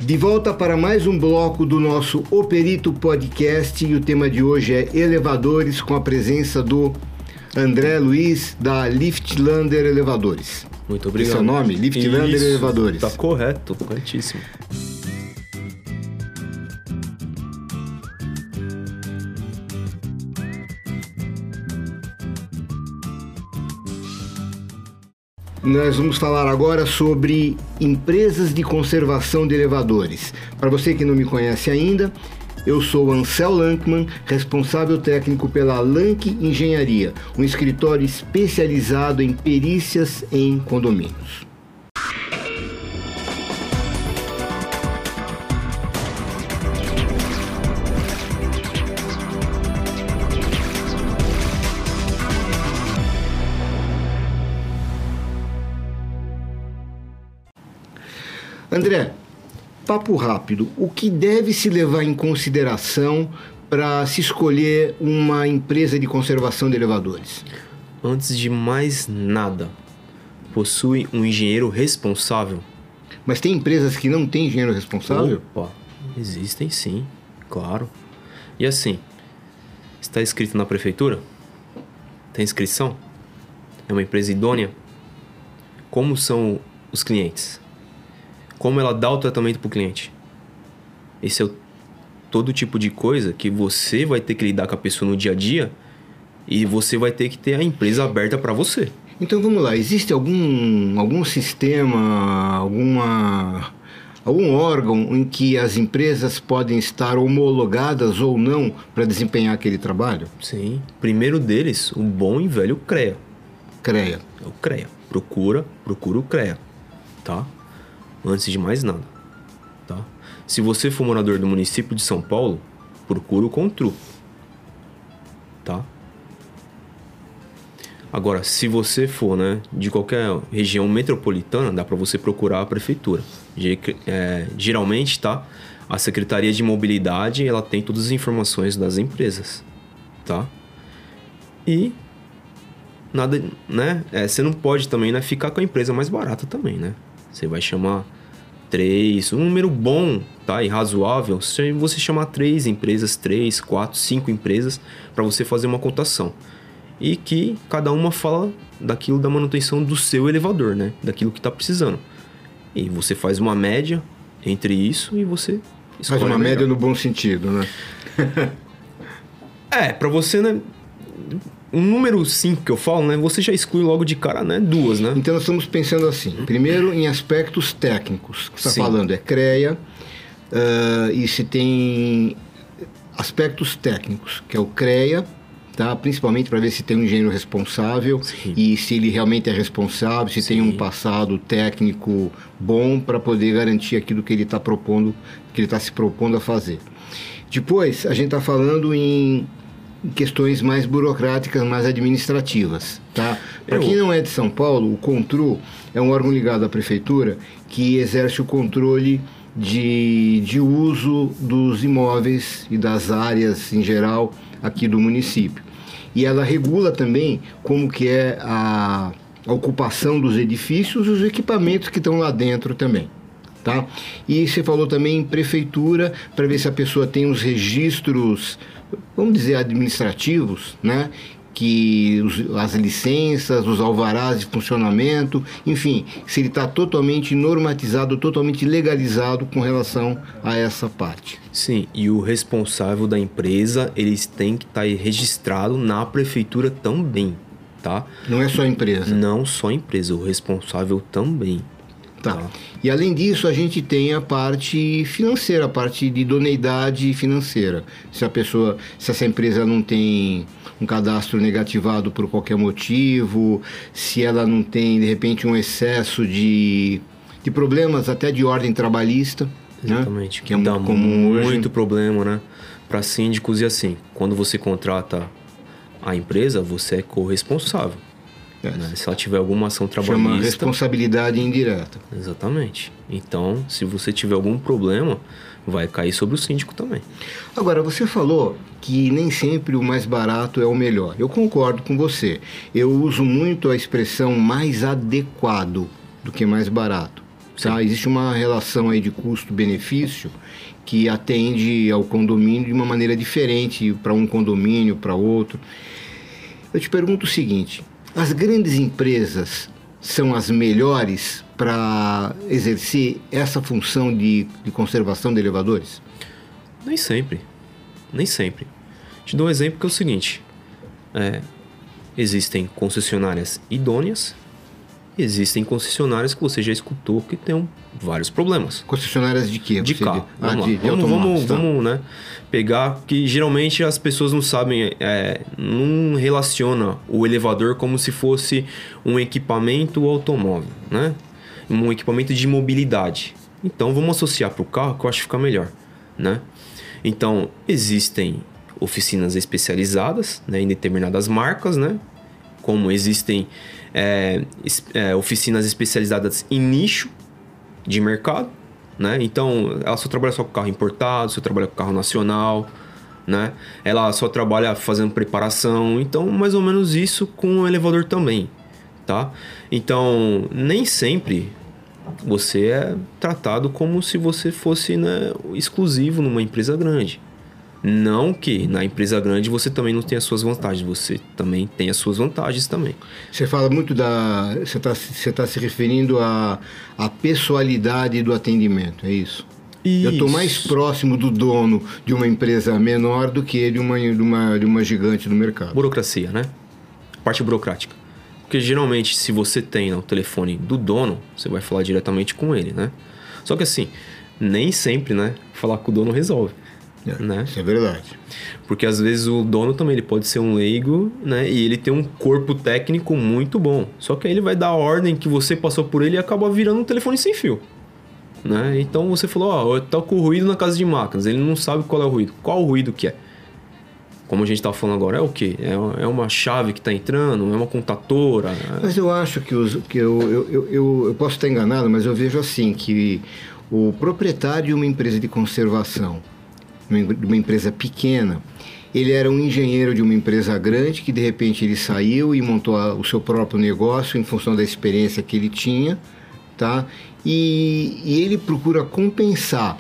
De volta para mais um bloco do nosso O Perito Podcast e o tema de hoje é elevadores, com a presença do André Luiz da Liftlander Elevadores. Muito obrigado. Esse é o nome? Liftlander Elevadores. Tá corretíssimo. Nós vamos falar agora sobre empresas de conservação de elevadores. Para você que não me conhece ainda, eu sou Ansel Lankman, responsável técnico pela Lank Engenharia, um escritório especializado em perícias em condomínios. André, papo rápido, o que deve se levar em consideração para se escolher uma empresa de conservação de elevadores? Antes de mais nada, possui um engenheiro responsável? Mas tem empresas que não têm engenheiro responsável? Opa, existem sim, claro. E assim, está inscrito na prefeitura? Tem inscrição? É uma empresa idônea? Como são os clientes? Como ela dá o tratamento para o cliente? Esse é todo tipo de coisa que você vai ter que lidar com a pessoa no dia a dia e você vai ter que ter a empresa aberta para você. Então vamos lá, existe algum sistema, algum órgão em que as empresas podem estar homologadas ou não para desempenhar aquele trabalho? Sim, primeiro deles, o bom e velho CREA. CREA. É o CREA. Procura o CREA, tá? Antes de mais nada, tá? Se você for morador do município de São Paulo, procura o CONTRU, tá? Agora, se você for, né, de qualquer região metropolitana, dá para você procurar a prefeitura. Geralmente, tá? A Secretaria de Mobilidade, ela tem todas as informações das empresas, tá? E nada, né? Você não pode também, né, ficar com a empresa mais barata também, né? Você vai chamar 3, um número bom, tá? E razoável, se você chamar 3 empresas, 3, 4, 5 empresas para você fazer uma cotação. E que cada uma fala daquilo da manutenção do seu elevador, né? Daquilo que está precisando. E você faz uma média entre isso e você escolhe. Faz uma média no bom sentido, né? Para você, né? O número 5 que eu falo, né? Você já exclui logo de cara, né? 2, né? Então nós estamos pensando assim, primeiro em aspectos técnicos. O que você está falando é CREA, e se tem aspectos técnicos, que é o CREA, tá? Principalmente para ver se tem um engenheiro responsável. Sim. E se ele realmente é responsável, se tem um passado técnico bom para poder garantir aquilo que ele está propondo, que ele está se propondo a fazer. Depois, a gente está falando em questões mais burocráticas, mais administrativas, tá? Para quem não é de São Paulo, o CONTRU é um órgão ligado à prefeitura que exerce o controle de uso dos imóveis e das áreas em geral aqui do município. E ela regula também como que é a ocupação dos edifícios e os equipamentos que estão lá dentro também. Tá? E você falou também em prefeitura, para ver se a pessoa tem os registros, vamos dizer, administrativos, né? Que as licenças, os alvarás de funcionamento, enfim, se ele está totalmente normatizado, totalmente legalizado com relação a essa parte. Sim, e o responsável da empresa, eles têm que estar registrado na prefeitura também, tá? Não é só a empresa? Não só a empresa, o responsável também. Tá. E além disso, a gente tem a parte financeira, a parte de idoneidade financeira. Se essa empresa não tem um cadastro negativado por qualquer motivo, se ela não tem, de repente, um excesso de problemas até de ordem trabalhista. Exatamente. Né? Que é muito comum hoje. Muito problema, né? Para síndicos e assim, quando você contrata a empresa, você é corresponsável. Né? Se ela tiver alguma ação trabalhista... Chama responsabilidade indireta. Exatamente. Então, se você tiver algum problema, vai cair sobre o síndico também. Agora, você falou que nem sempre o mais barato é o melhor. Eu concordo com você. Eu uso muito a expressão mais adequado do que mais barato. Tá? Existe uma relação aí de custo-benefício que atende ao condomínio de uma maneira diferente para um condomínio, para outro. Eu te pergunto o seguinte, as grandes empresas são as melhores para exercer essa função de conservação de elevadores? Nem sempre. Nem sempre. Te dou um exemplo que é o seguinte. Existem concessionárias idôneas, existem concessionárias que você já escutou que tem vários problemas. Concessionárias de quê? De carro. Vamos, né, pegar que geralmente as pessoas não sabem, não relaciona o elevador como se fosse um equipamento automóvel, né? Um equipamento de mobilidade. Então vamos associar para o carro que eu acho que fica melhor, né? Então existem oficinas especializadas, né, em determinadas marcas, né? Como existem oficinas especializadas em nicho de mercado, né? Então, ela só trabalha só com carro importado, só trabalha com carro nacional, né? Ela só trabalha fazendo preparação. Então, mais ou menos isso com o elevador também, tá? Então, nem sempre você é tratado como se você fosse, né, exclusivo numa empresa grande. Não que na empresa grande você também não tenha as suas vantagens, você também tem as suas vantagens também. Você fala muito Você está se referindo à pessoalidade do atendimento, é isso? Eu estou mais próximo do dono de uma empresa menor do que de uma gigante do mercado. Burocracia, né? Parte burocrática. Porque geralmente, se você tem o telefone do dono, você vai falar diretamente com ele, né? Só que assim, nem sempre, né, falar com o dono resolve. Né? Isso é verdade. Porque às vezes o dono também ele pode ser um leigo, né? E ele tem um corpo técnico muito bom. Só que aí ele vai dar a ordem que você passou por ele e acaba virando um telefone sem fio, né? Então você falou, tá com ruído na casa de máquinas. Ele não sabe qual é o ruído. Qual o ruído que é? Como a gente tá falando agora, é o quê? É uma chave que tá entrando? É uma contatora? Mas eu acho que eu posso estar enganado, mas eu vejo assim que o proprietário de uma empresa de conservação, de uma empresa pequena, ele era um engenheiro de uma empresa grande que de repente ele saiu e montou o seu próprio negócio em função da experiência que ele tinha, tá? E ele procura compensar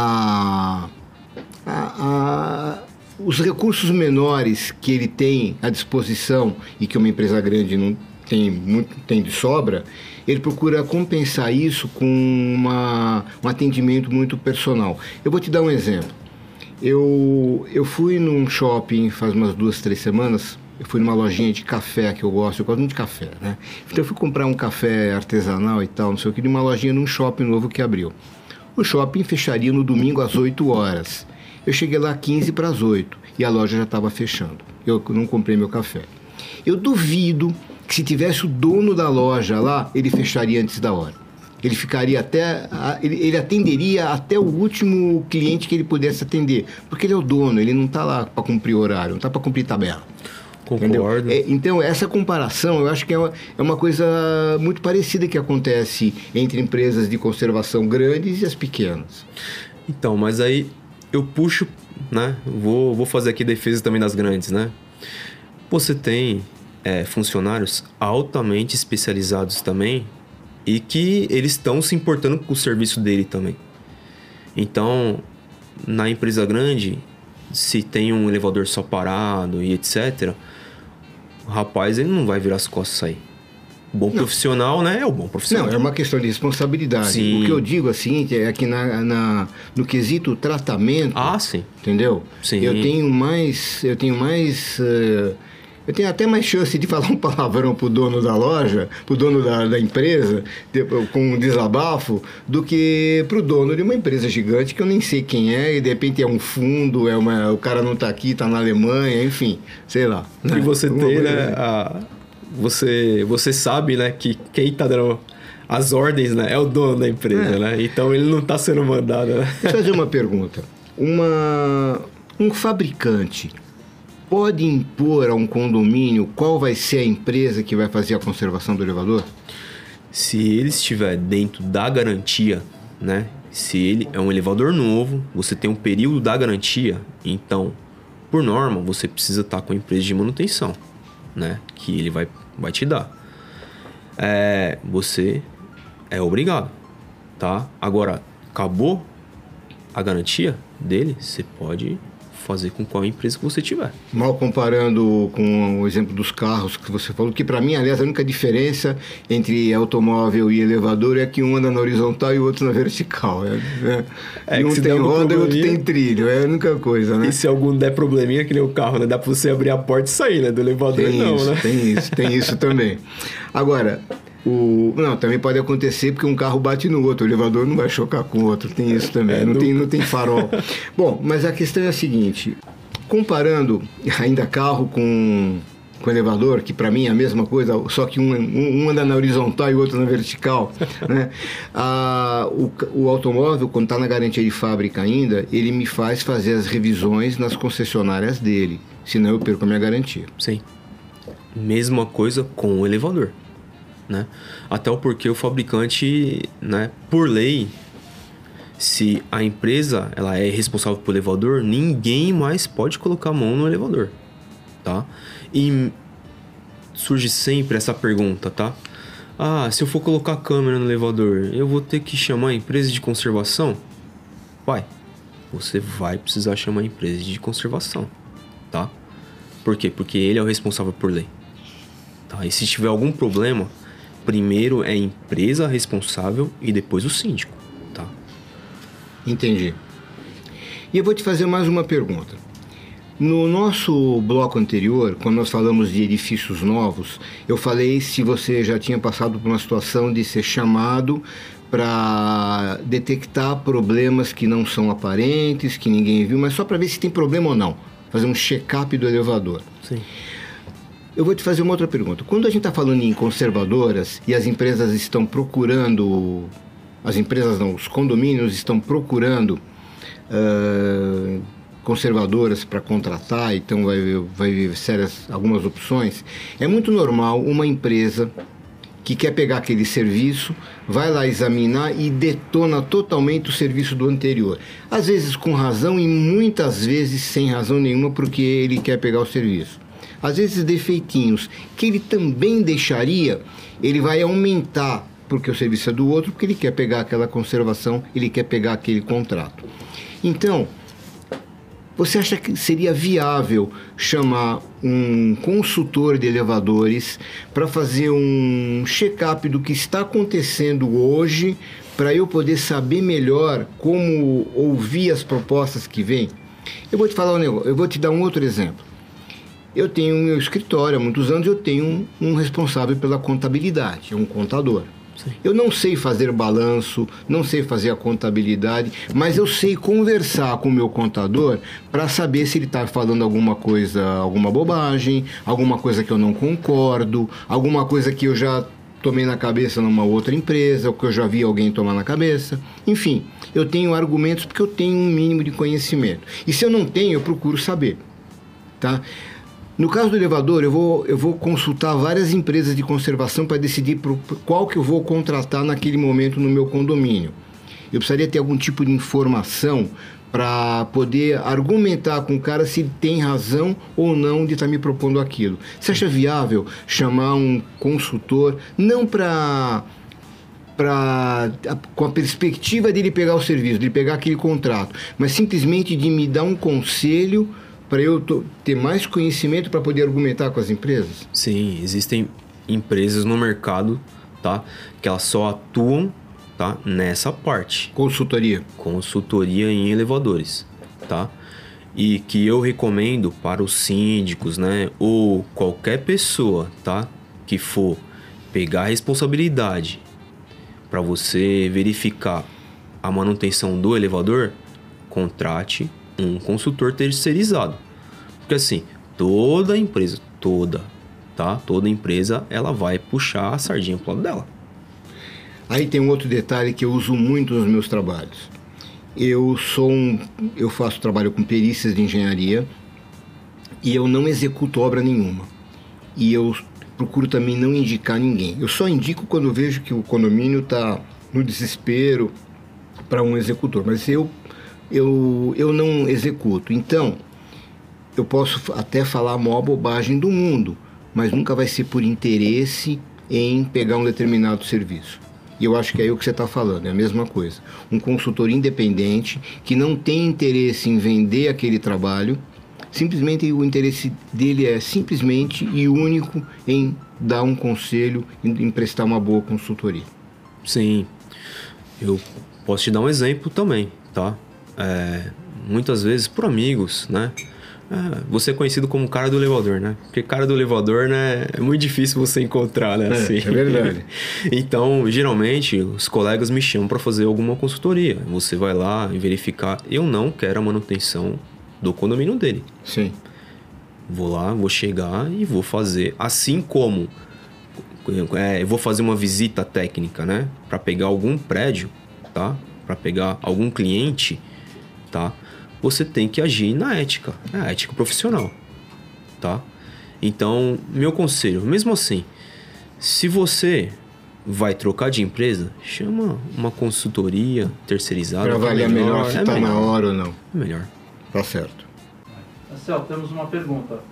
os recursos menores que ele tem à disposição e que uma empresa grande não tem de sobra. Ele procura compensar isso com um atendimento muito personal. Eu vou te dar um exemplo. Eu fui num shopping faz umas 2, 3 semanas. Eu fui numa lojinha de café que eu gosto muito de café, né? Então eu fui comprar um café artesanal e tal, não sei o que, de uma lojinha num shopping novo que abriu. O shopping fecharia no domingo às 8 horas. Eu cheguei lá 15 para as 8 e a loja já estava fechando. Eu não comprei meu café. Eu duvido que se tivesse o dono da loja lá, ele fecharia antes da hora. Ele ficaria ele atenderia até o último cliente que ele pudesse atender, porque ele é o dono, ele não está lá para cumprir horário, não está para cumprir tabela. Concordo. Então, essa comparação, eu acho que é uma coisa muito parecida que acontece entre empresas de conservação grandes e as pequenas. Então, mas aí eu puxo, né? Vou fazer aqui defesa também das grandes, né? Você tem funcionários altamente especializados também, e que eles estão se importando com o serviço dele também. Então, na empresa grande, se tem um elevador só parado e etc., o rapaz ele não vai virar as costas e sair. Bom profissional, né? É o bom profissional. Não, é uma questão de responsabilidade. Sim. O que eu digo é o seguinte, é que no quesito tratamento... sim. Entendeu? Sim. Eu tenho até mais chance de falar um palavrão pro dono da loja, pro dono da empresa, com um desabafo, do que pro dono de uma empresa gigante que eu nem sei quem é, e de repente é um fundo, o cara não tá aqui, tá na Alemanha, enfim, sei lá. Né? E você tem, né, você sabe, né, que quem tá dando as ordens, né, é o dono da empresa, né? Então ele não tá sendo mandado, né? Deixa eu fazer uma pergunta. Um fabricante pode impor a um condomínio qual vai ser a empresa que vai fazer a conservação do elevador? Se ele estiver dentro da garantia, né? Se ele é um elevador novo, você tem um período da garantia, então, por norma, você precisa estar com a empresa de manutenção, né? Que ele vai te dar. Você é obrigado. tá? Agora, acabou a garantia dele, você pode fazer com qual empresa que você tiver. Mal comparando com o exemplo dos carros que você falou, que para mim, aliás, a única diferença entre automóvel e elevador é que um anda na horizontal e o outro na vertical. E um tem roda e o outro tem trilho, é a única coisa, né? E se algum der probleminha, que nem o carro, né? Dá para você abrir a porta e sair, né? Do elevador não, né? Tem isso também. Agora, não, também pode acontecer porque um carro bate no outro, o elevador não vai chocar com o outro, tem isso também, não tem farol. Bom, mas a questão é a seguinte, comparando ainda carro com elevador, que para mim é a mesma coisa, só que um anda na horizontal e o outro na vertical, né? O automóvel, quando está na garantia de fábrica ainda, ele me faz fazer as revisões nas concessionárias dele, senão eu perco a minha garantia. Sim. Mesma coisa com o elevador. Né? Até porque o fabricante, né, por lei, se a empresa ela é responsável pelo elevador, ninguém mais pode colocar a mão no elevador, tá? E surge sempre essa pergunta, tá? Se eu for colocar câmera no elevador, eu vou ter que chamar a empresa de conservação? Você vai precisar chamar a empresa de conservação, tá? Por quê? Porque ele é o responsável por lei, tá? E se tiver algum problema, primeiro é a empresa responsável e depois o síndico, tá? Entendi. E eu vou te fazer mais uma pergunta. No nosso bloco anterior, quando nós falamos de edifícios novos, eu falei se você já tinha passado por uma situação de ser chamado para detectar problemas que não são aparentes, que ninguém viu, mas só para ver se tem problema ou não. Fazer um check-up do elevador. Sim. Eu vou te fazer uma outra pergunta. Quando a gente está falando em conservadoras e as empresas estão procurando... As empresas não, os condomínios estão procurando conservadoras para contratar, então vai ver algumas opções. É muito normal uma empresa que quer pegar aquele serviço, vai lá examinar e detona totalmente o serviço do anterior. Às vezes com razão e muitas vezes sem razão nenhuma, porque ele quer pegar o serviço. Às vezes defeitinhos que ele também deixaria, ele vai aumentar, porque o serviço é do outro, porque ele quer pegar aquela conservação, ele quer pegar aquele contrato. Então, você acha que seria viável chamar um consultor de elevadores para fazer um check-up do que está acontecendo hoje, para eu poder saber melhor como ouvir as propostas que vêm? Eu vou te falar um negócio, eu vou te dar um outro exemplo. Eu tenho meu escritório há muitos anos, eu tenho um responsável pela contabilidade, um contador. Sim. Eu não sei fazer balanço, não sei fazer a contabilidade, mas eu sei conversar com o meu contador para saber se ele está falando alguma coisa, alguma bobagem, alguma coisa que eu não concordo, alguma coisa que eu já tomei na cabeça numa outra empresa, ou que eu já vi alguém tomar na cabeça. Enfim, eu tenho argumentos porque eu tenho um mínimo de conhecimento. E se eu não tenho, eu procuro saber, tá? No caso do elevador, eu vou consultar várias empresas de conservação para decidir qual que eu vou contratar naquele momento no meu condomínio. Eu precisaria ter algum tipo de informação para poder argumentar com o cara se ele tem razão ou não de estar me propondo aquilo. Você acha viável chamar um consultor, não com a perspectiva dele pegar o serviço, de pegar aquele contrato, mas simplesmente de me dar um conselho para eu ter mais conhecimento para poder argumentar com as empresas? Sim, existem empresas no mercado, tá, que elas só atuam, tá, nessa parte. Consultoria em elevadores, tá? E que eu recomendo para os síndicos, né, ou qualquer pessoa, tá, que for pegar a responsabilidade para você verificar a manutenção do elevador, contrate um consultor terceirizado. Porque assim, toda empresa, toda empresa, ela vai puxar a sardinha pro lado dela. Aí tem um outro detalhe que eu uso muito nos meus trabalhos. Eu faço trabalho com perícias de engenharia e eu não executo obra nenhuma. E eu procuro também não indicar ninguém. Eu só indico quando eu vejo que o condomínio está no desespero para um executor. Mas eu não executo. Então, eu posso até falar a maior bobagem do mundo, mas nunca vai ser por interesse em pegar um determinado serviço. E eu acho que é aí o que você está falando, é a mesma coisa. Um consultor independente que não tem interesse em vender aquele trabalho, simplesmente o interesse dele é simplesmente e único em dar um conselho, em prestar uma boa consultoria. Sim, eu posso te dar um exemplo também, tá? Muitas vezes por amigos, né? Você é conhecido como cara do elevador, né? Porque cara do elevador, né? É muito difícil você encontrar, né? Assim. É verdade. Então, geralmente, os colegas me chamam para fazer alguma consultoria. Você vai lá e verificar. Eu não quero a manutenção do condomínio dele. Sim. Vou lá, vou chegar e vou fazer. Assim como eu vou fazer uma visita técnica, né? Para pegar algum prédio, tá? Para pegar algum cliente, tá? Você tem que agir na ética, a ética profissional, tá? Então, meu conselho, mesmo assim, se você vai trocar de empresa, chama uma consultoria terceirizada. Para avaliar melhor se está na hora ou não. É melhor. Tá certo. Marcelo, temos uma pergunta.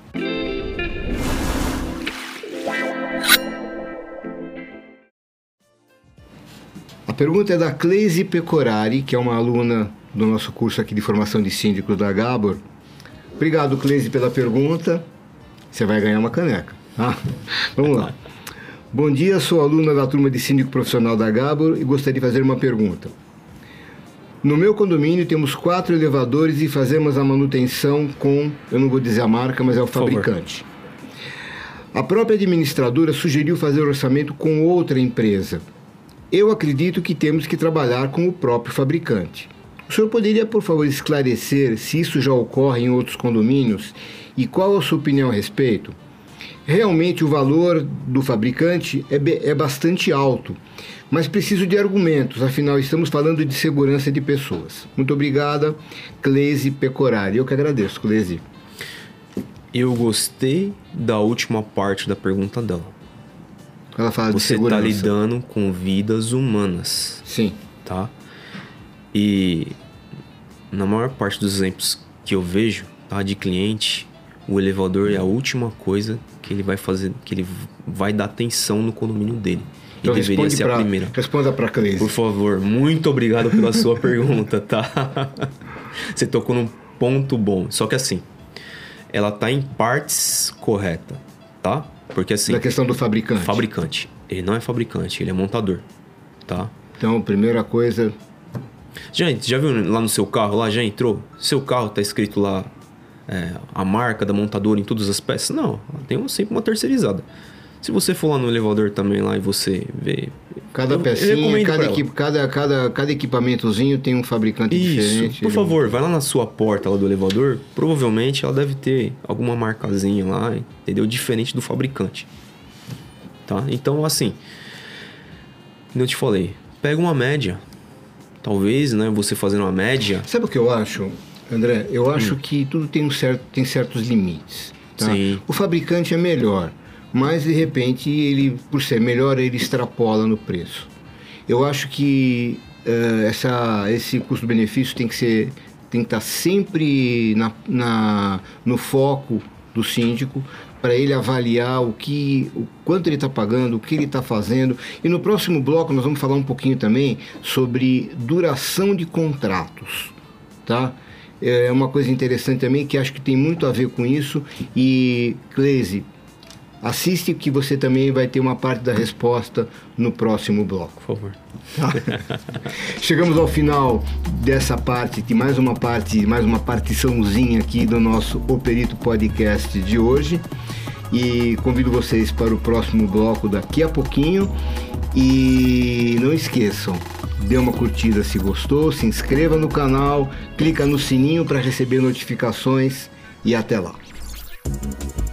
A pergunta é da Cleise Pecorari, que é uma aluna do nosso curso aqui de formação de síndicos da Gabor. Obrigado, Cleise, pela pergunta. Você vai ganhar uma caneca. Vamos lá. Bom dia, sou aluna da turma de síndico profissional da Gabor e gostaria de fazer uma pergunta. No meu condomínio temos 4 elevadores e fazemos a manutenção com, eu não vou dizer a marca, mas é o fabricante. A própria administradora sugeriu fazer o orçamento com outra empresa. Eu acredito que temos que trabalhar com o próprio fabricante. O senhor poderia, por favor, esclarecer se isso já ocorre em outros condomínios e qual a sua opinião a respeito? Realmente o valor do fabricante é bastante alto, mas preciso de argumentos, afinal estamos falando de segurança de pessoas. Muito obrigada, Cleise Pecorari. Eu que agradeço, Cleise. Eu gostei da última parte da pergunta dela. Ela fala de Você segurança. está lidando com vidas humanas. Sim. Tá? E na maior parte dos exemplos que eu vejo, tá, de cliente, o elevador é a última coisa que ele vai fazer, que ele vai dar atenção no condomínio dele. Então, e deveria ser a primeira. Responda para a Cleise. Por favor, muito obrigado pela sua pergunta, tá? Você tocou num ponto bom. Só que assim, ela tá em partes correta, tá? Porque assim... Da questão do fabricante. Fabricante. Ele não é fabricante, ele é montador, tá? Então, primeira coisa... Gente, já viu lá no seu carro, lá já entrou? Seu carro tá escrito lá a marca da montadora em todas as peças? Não, tem sempre uma terceirizada. Se você for lá no elevador também lá e você vê... Cada pecinha, cada equipamentozinho tem um fabricante diferente. Por favor, vai lá na sua porta lá do elevador. Provavelmente ela deve ter alguma marcazinha lá, entendeu? Diferente do fabricante. Tá? Então, assim... Como eu te falei, pega uma média. Talvez, né, você fazendo uma média... Sabe o que eu acho, André? Eu acho que tudo tem certos limites. Tá? Sim. O fabricante é melhor, mas de repente, ele, por ser melhor, ele extrapola no preço. Eu acho que esse custo-benefício tem que estar sempre no foco do síndico, para ele avaliar o quanto ele está pagando, o que ele está fazendo. E no próximo bloco nós vamos falar um pouquinho também sobre duração de contratos, tá? É uma coisa interessante também que acho que tem muito a ver com isso. E, Cleise, assiste que você também vai ter uma parte da resposta no próximo bloco. Por favor. Chegamos ao final dessa parte, de mais uma partiçãozinha aqui do nosso O Perito Podcast de hoje. E convido vocês para o próximo bloco daqui a pouquinho. E não esqueçam, dê uma curtida se gostou, se inscreva no canal, clica no sininho para receber notificações e até lá.